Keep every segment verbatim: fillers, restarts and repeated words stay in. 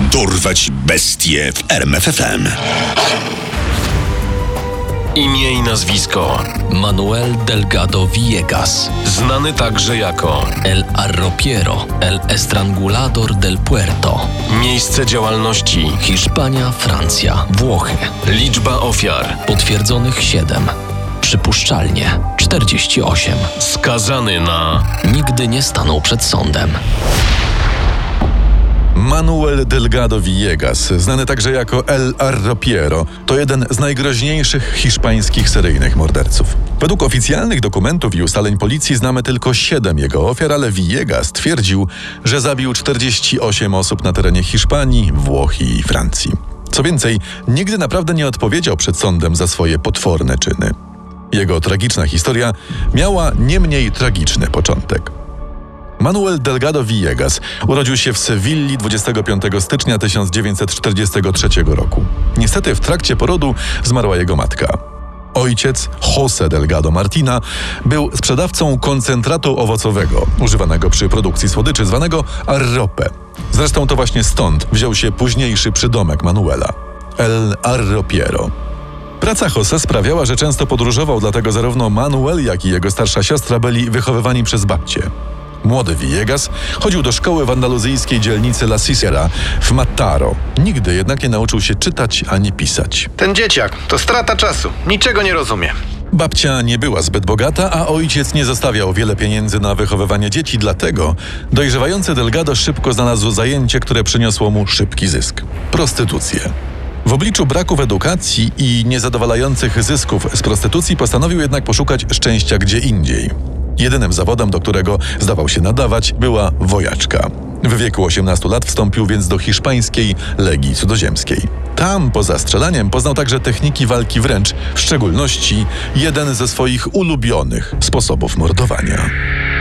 Dorwać bestie w R M F F M. Imię i nazwisko: Manuel Delgado Villegas, znany także jako El Arropiero, El Estrangulador del Puerto. Miejsce działalności: Hiszpania, Francja, Włochy. Liczba ofiar: potwierdzonych siedem. Przypuszczalnie czterdzieści osiem. Skazany na... nigdy nie stanął przed sądem. Manuel Delgado Villegas, znany także jako El Arropiero, to jeden z najgroźniejszych hiszpańskich seryjnych morderców. Według oficjalnych dokumentów i ustaleń policji znamy tylko siedem jego ofiar, ale Villegas twierdził, że zabił czterdzieści osiem osób na terenie Hiszpanii, Włoch i Francji. Co więcej, nigdy naprawdę nie odpowiedział przed sądem za swoje potworne czyny. Jego tragiczna historia miała nie mniej tragiczny początek. Manuel Delgado Villegas urodził się w Sewilli dwudziestego piątego stycznia tysiąc dziewięćset czterdziestego trzeciego roku. Niestety w trakcie porodu zmarła jego matka. Ojciec, José Delgado Martina, był sprzedawcą koncentratu owocowego używanego przy produkcji słodyczy zwanego arrope. Zresztą to właśnie stąd wziął się późniejszy przydomek Manuela – El Arropiero. Praca José sprawiała, że często podróżował, dlatego zarówno Manuel, jak i jego starsza siostra byli wychowywani przez babcię. Młody Villegas chodził do szkoły w andaluzyjskiej dzielnicy La Sisera w Mataró. Nigdy jednak nie nauczył się czytać ani pisać. Ten dzieciak to strata czasu. Niczego nie rozumie. Babcia nie była zbyt bogata, a ojciec nie zostawiał wiele pieniędzy na wychowywanie dzieci, dlatego dojrzewający Delgado szybko znalazł zajęcie, które przyniosło mu szybki zysk – prostytucję. W obliczu braków edukacji i niezadowalających zysków z prostytucji postanowił jednak poszukać szczęścia gdzie indziej. Jedynym zawodem, do którego zdawał się nadawać, była wojaczka. W wieku osiemnastu lat wstąpił więc do hiszpańskiej Legii Cudzoziemskiej. Tam, poza strzelaniem, poznał także techniki walki wręcz, w szczególności jeden ze swoich ulubionych sposobów mordowania.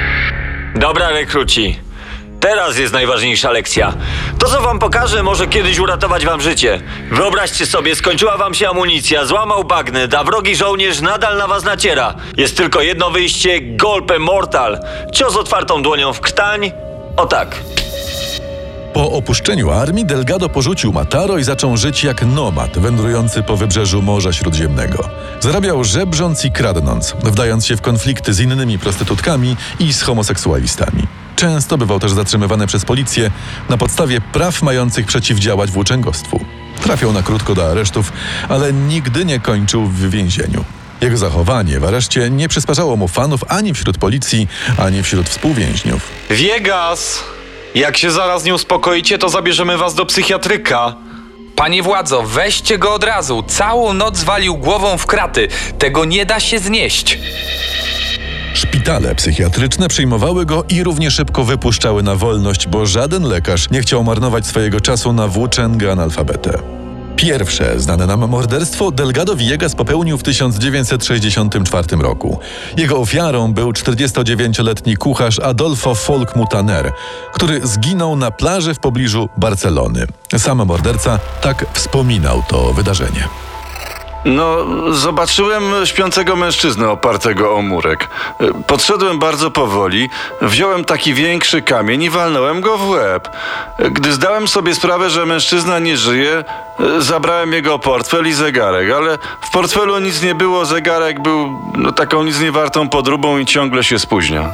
Dobra, rekruci. Teraz jest najważniejsza lekcja. To, co wam pokażę, może kiedyś uratować wam życie. Wyobraźcie sobie, skończyła wam się amunicja, złamał bagnet, a wrogi żołnierz nadal na was naciera. Jest tylko jedno wyjście, golpe mortal. Cios otwartą dłonią w krtań. O tak. Po opuszczeniu armii Delgado porzucił Mataró i zaczął żyć jak nomad wędrujący po wybrzeżu Morza Śródziemnego. Zarabiał żebrząc i kradnąc, wdając się w konflikty z innymi prostytutkami i z homoseksualistami. Często bywał też zatrzymywany przez policję na podstawie praw mających przeciwdziałać włóczęgostwu. Trafiał na krótko do aresztów, ale nigdy nie kończył w więzieniu. Jego zachowanie w areszcie nie przysparzało mu fanów ani wśród policji, ani wśród współwięźniów. Villegas! Jak się zaraz nie uspokoicie, to zabierzemy was do psychiatryka. Panie władzo, weźcie go od razu. Całą noc walił głową w kraty. Tego nie da się znieść. Szpitale psychiatryczne przyjmowały go i równie szybko wypuszczały na wolność, bo żaden lekarz nie chciał marnować swojego czasu na włóczęgę analfabetę. Pierwsze znane nam morderstwo Delgado Villegas popełnił w tysiąc dziewięćset sześćdziesiątym czwartym roku. Jego ofiarą był czterdziestodziewięcioletni kucharz Adolfo Folch Muntaner, który zginął na plaży w pobliżu Barcelony. Sam morderca tak wspominał to wydarzenie. No, zobaczyłem śpiącego mężczyznę opartego o murek. Podszedłem bardzo powoli, wziąłem taki większy kamień i walnąłem go w łeb. Gdy zdałem sobie sprawę, że mężczyzna nie żyje, zabrałem jego portfel i zegarek, ale w portfelu nic nie było, zegarek był no, taką nic niewartą podróbą i ciągle się spóźnia.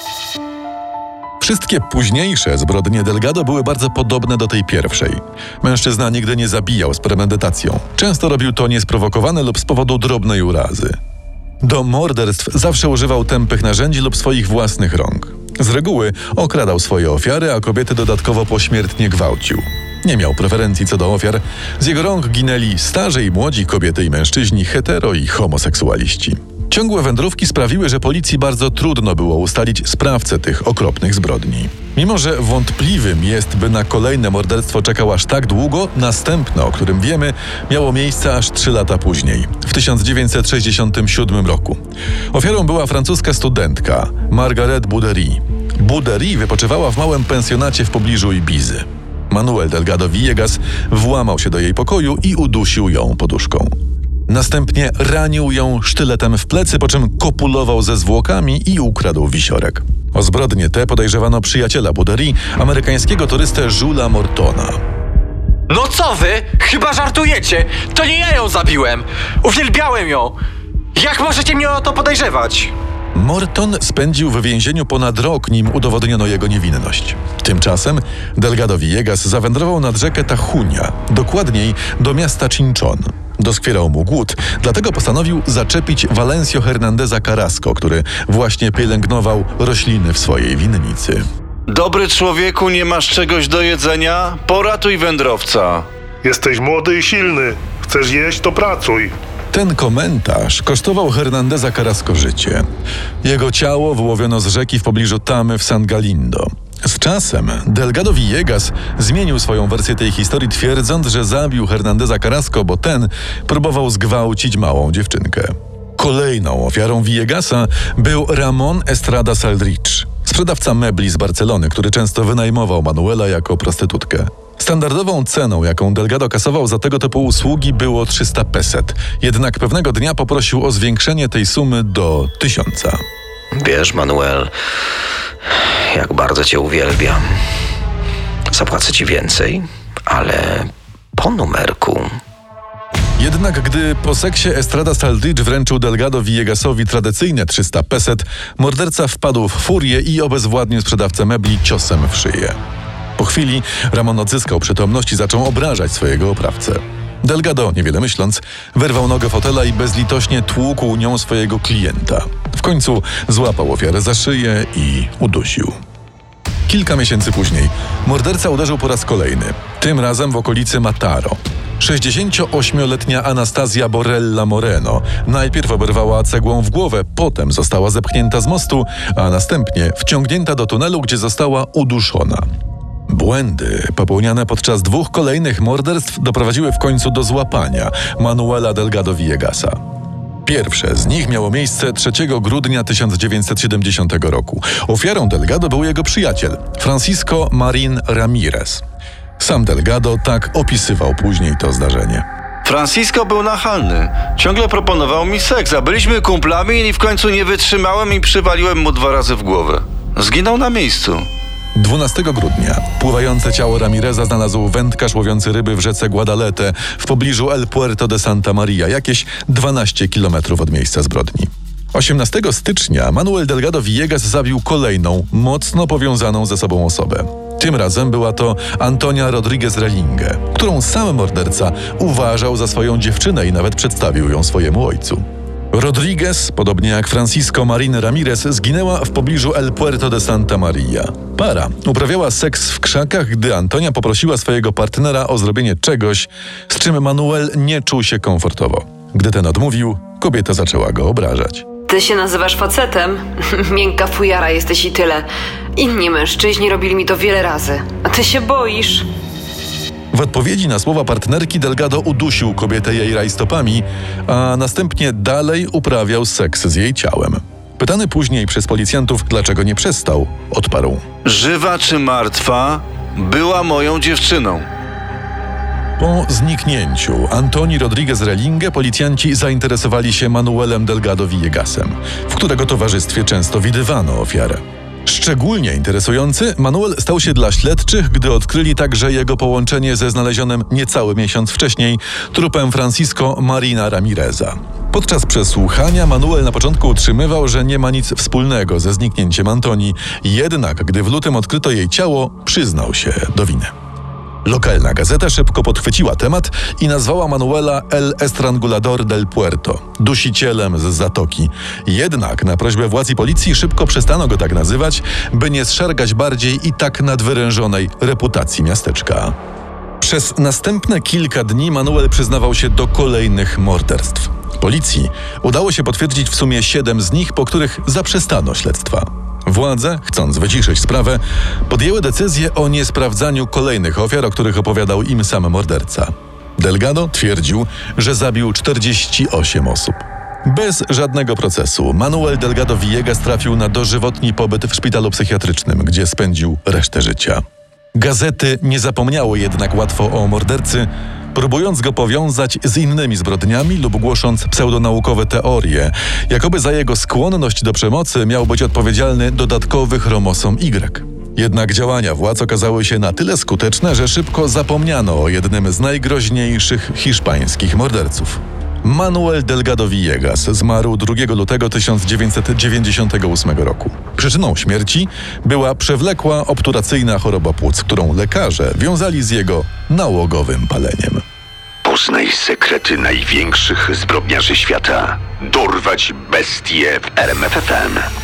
Wszystkie późniejsze zbrodnie Delgado były bardzo podobne do tej pierwszej. Mężczyzna nigdy nie zabijał z premedytacją. Często robił to niesprowokowane lub z powodu drobnej urazy. Do morderstw zawsze używał tępych narzędzi lub swoich własnych rąk. Z reguły okradał swoje ofiary, a kobiety dodatkowo pośmiertnie gwałcił. Nie miał preferencji co do ofiar. Z jego rąk ginęli starzy i młodzi, kobiety i mężczyźni, hetero i homoseksualiści. Ciągłe wędrówki sprawiły, że policji bardzo trudno było ustalić sprawcę tych okropnych zbrodni. Mimo że wątpliwym jest, by na kolejne morderstwo czekał aż tak długo, następne, o którym wiemy, miało miejsce aż trzy lata później, w tysiąc dziewięćset sześćdziesiątym siódmym roku. Ofiarą była francuska studentka Margaret Boudery. Boudery wypoczywała w małym pensjonacie w pobliżu Ibizy. Manuel Delgado Villegas włamał się do jej pokoju i udusił ją poduszką. Następnie ranił ją sztyletem w plecy, po czym kopulował ze zwłokami i ukradł wisiorek. O zbrodnie te podejrzewano przyjaciela Boudery, amerykańskiego turystę Julesa Mortona. No co wy? Chyba żartujecie. To nie ja ją zabiłem. Uwielbiałem ją. Jak możecie mnie o to podejrzewać? Morton spędził w więzieniu ponad rok, nim udowodniono jego niewinność. Tymczasem Delgado Villegas zawędrował nad rzekę Tachunia, dokładniej do miasta Chinchón. Doskwierał mu głód, dlatego postanowił zaczepić Valencio Hernandeza Carrasco, który właśnie pielęgnował rośliny w swojej winnicy. Dobry człowieku, nie masz czegoś do jedzenia? Poratuj wędrowca. Jesteś młody i silny. Chcesz jeść, to pracuj. Ten komentarz kosztował Hernandeza Carrasco życie. Jego ciało wyłowiono z rzeki w pobliżu Tamy w San Galindo. Z czasem Delgado Villegas zmienił swoją wersję tej historii, twierdząc, że zabił Hernandeza Carrasco, bo ten próbował zgwałcić małą dziewczynkę. Kolejną ofiarą Villegasa był Ramon Estrada Saldrich, sprzedawca mebli z Barcelony, który często wynajmował Manuela jako prostytutkę. Standardową ceną, jaką Delgado kasował za tego typu usługi, było trzysta peset. Jednak pewnego dnia poprosił o zwiększenie tej sumy do tysiąca. Wiesz, Manuel, jak bardzo cię uwielbiam. Zapłacę ci więcej, ale po numerku. Jednak gdy po seksie Estrada Saldrich wręczył Delgado Villegasowi tradycyjne trzysta peset, morderca wpadł w furię i obezwładnił sprzedawcę mebli ciosem w szyję. Po chwili Ramon odzyskał przytomność i zaczął obrażać swojego oprawcę. Delgado, niewiele myśląc, wyrwał nogę fotela i bezlitośnie tłukł nią swojego klienta. W końcu złapał ofiarę za szyję i udusił. Kilka miesięcy później morderca uderzył po raz kolejny, tym razem w okolicy Mataro. sześćdziesięcioośmioletnia Anastazja Borella Moreno najpierw oberwała cegłą w głowę, potem została zepchnięta z mostu, a następnie wciągnięta do tunelu, gdzie została uduszona. Błędy popełniane podczas dwóch kolejnych morderstw doprowadziły w końcu do złapania Manuela Delgado Villegasa. Pierwsze z nich miało miejsce trzeciego grudnia tysiąc dziewięćset siedemdziesiątego roku. Ofiarą Delgado był jego przyjaciel, Francisco Marin Ramirez. Sam Delgado tak opisywał później to zdarzenie. Francisco był nachalny. Ciągle proponował mi seks, a byliśmy kumplami i w końcu nie wytrzymałem i przywaliłem mu dwa razy w głowę. Zginął na miejscu. dwunastego grudnia pływające ciało Ramireza znalazł wędkarz łowiący ryby w rzece Guadalete w pobliżu El Puerto de Santa Maria, jakieś dwanaście kilometrów od miejsca zbrodni. osiemnastego stycznia Manuel Delgado Villegas zabił kolejną, mocno powiązaną ze sobą osobę. Tym razem była to Antonia Rodriguez Relingę, którą sam morderca uważał za swoją dziewczynę i nawet przedstawił ją swojemu ojcu. Rodriguez, podobnie jak Francisco Marin Ramirez, zginęła w pobliżu El Puerto de Santa Maria. Para uprawiała seks w krzakach, gdy Antonia poprosiła swojego partnera o zrobienie czegoś, z czym Manuel nie czuł się komfortowo. Gdy ten odmówił, kobieta zaczęła go obrażać. Ty się nazywasz facetem? Miękka fujara jesteś i tyle. Inni mężczyźni robili mi to wiele razy. A ty się boisz? W odpowiedzi na słowa partnerki Delgado udusił kobietę jej rajstopami, a następnie dalej uprawiał seks z jej ciałem. Pytany później przez policjantów, dlaczego nie przestał, odparł: żywa czy martwa, była moją dziewczyną. Po zniknięciu Antoni Rodriguez Relingę policjanci zainteresowali się Manuelem Delgado Villegasem, w którego towarzystwie często widywano ofiarę. Szczególnie interesujący Manuel stał się dla śledczych, gdy odkryli także jego połączenie ze znalezionym niecały miesiąc wcześniej trupem Francisco Marina Ramireza. Podczas przesłuchania Manuel na początku utrzymywał, że nie ma nic wspólnego ze zniknięciem Antoni, jednak gdy w lutym odkryto jej ciało, przyznał się do winy. Lokalna gazeta szybko podchwyciła temat i nazwała Manuela El Estrangulador del Puerto, dusicielem z Zatoki. Jednak na prośbę władz i policji szybko przestano go tak nazywać, by nie zszargać bardziej i tak nadwyrężonej reputacji miasteczka. Przez następne kilka dni Manuel przyznawał się do kolejnych morderstw. Policji udało się potwierdzić w sumie siedem z nich, po których zaprzestano śledztwa. Władze, chcąc wyciszyć sprawę, podjęły decyzję o niesprawdzaniu kolejnych ofiar, o których opowiadał im sam morderca. Delgado twierdził, że zabił czterdzieści osiem osób. Bez żadnego procesu Manuel Delgado Villegas trafił na dożywotni pobyt w szpitalu psychiatrycznym, gdzie spędził resztę życia. Gazety nie zapomniały jednak łatwo o mordercy, próbując go powiązać z innymi zbrodniami lub głosząc pseudonaukowe teorie, jakoby za jego skłonność do przemocy miał być odpowiedzialny dodatkowy chromosom Y. Jednak działania władz okazały się na tyle skuteczne, że szybko zapomniano o jednym z najgroźniejszych hiszpańskich morderców. Manuel Delgado Villegas zmarł drugiego lutego tysiąc dziewięćset dziewięćdziesiątego ósmego roku. Przyczyną śmierci była przewlekła obturacyjna choroba płuc, którą lekarze wiązali z jego nałogowym paleniem. Poznaj sekrety największych zbrodniarzy świata. Dorwać bestie w R M F F M.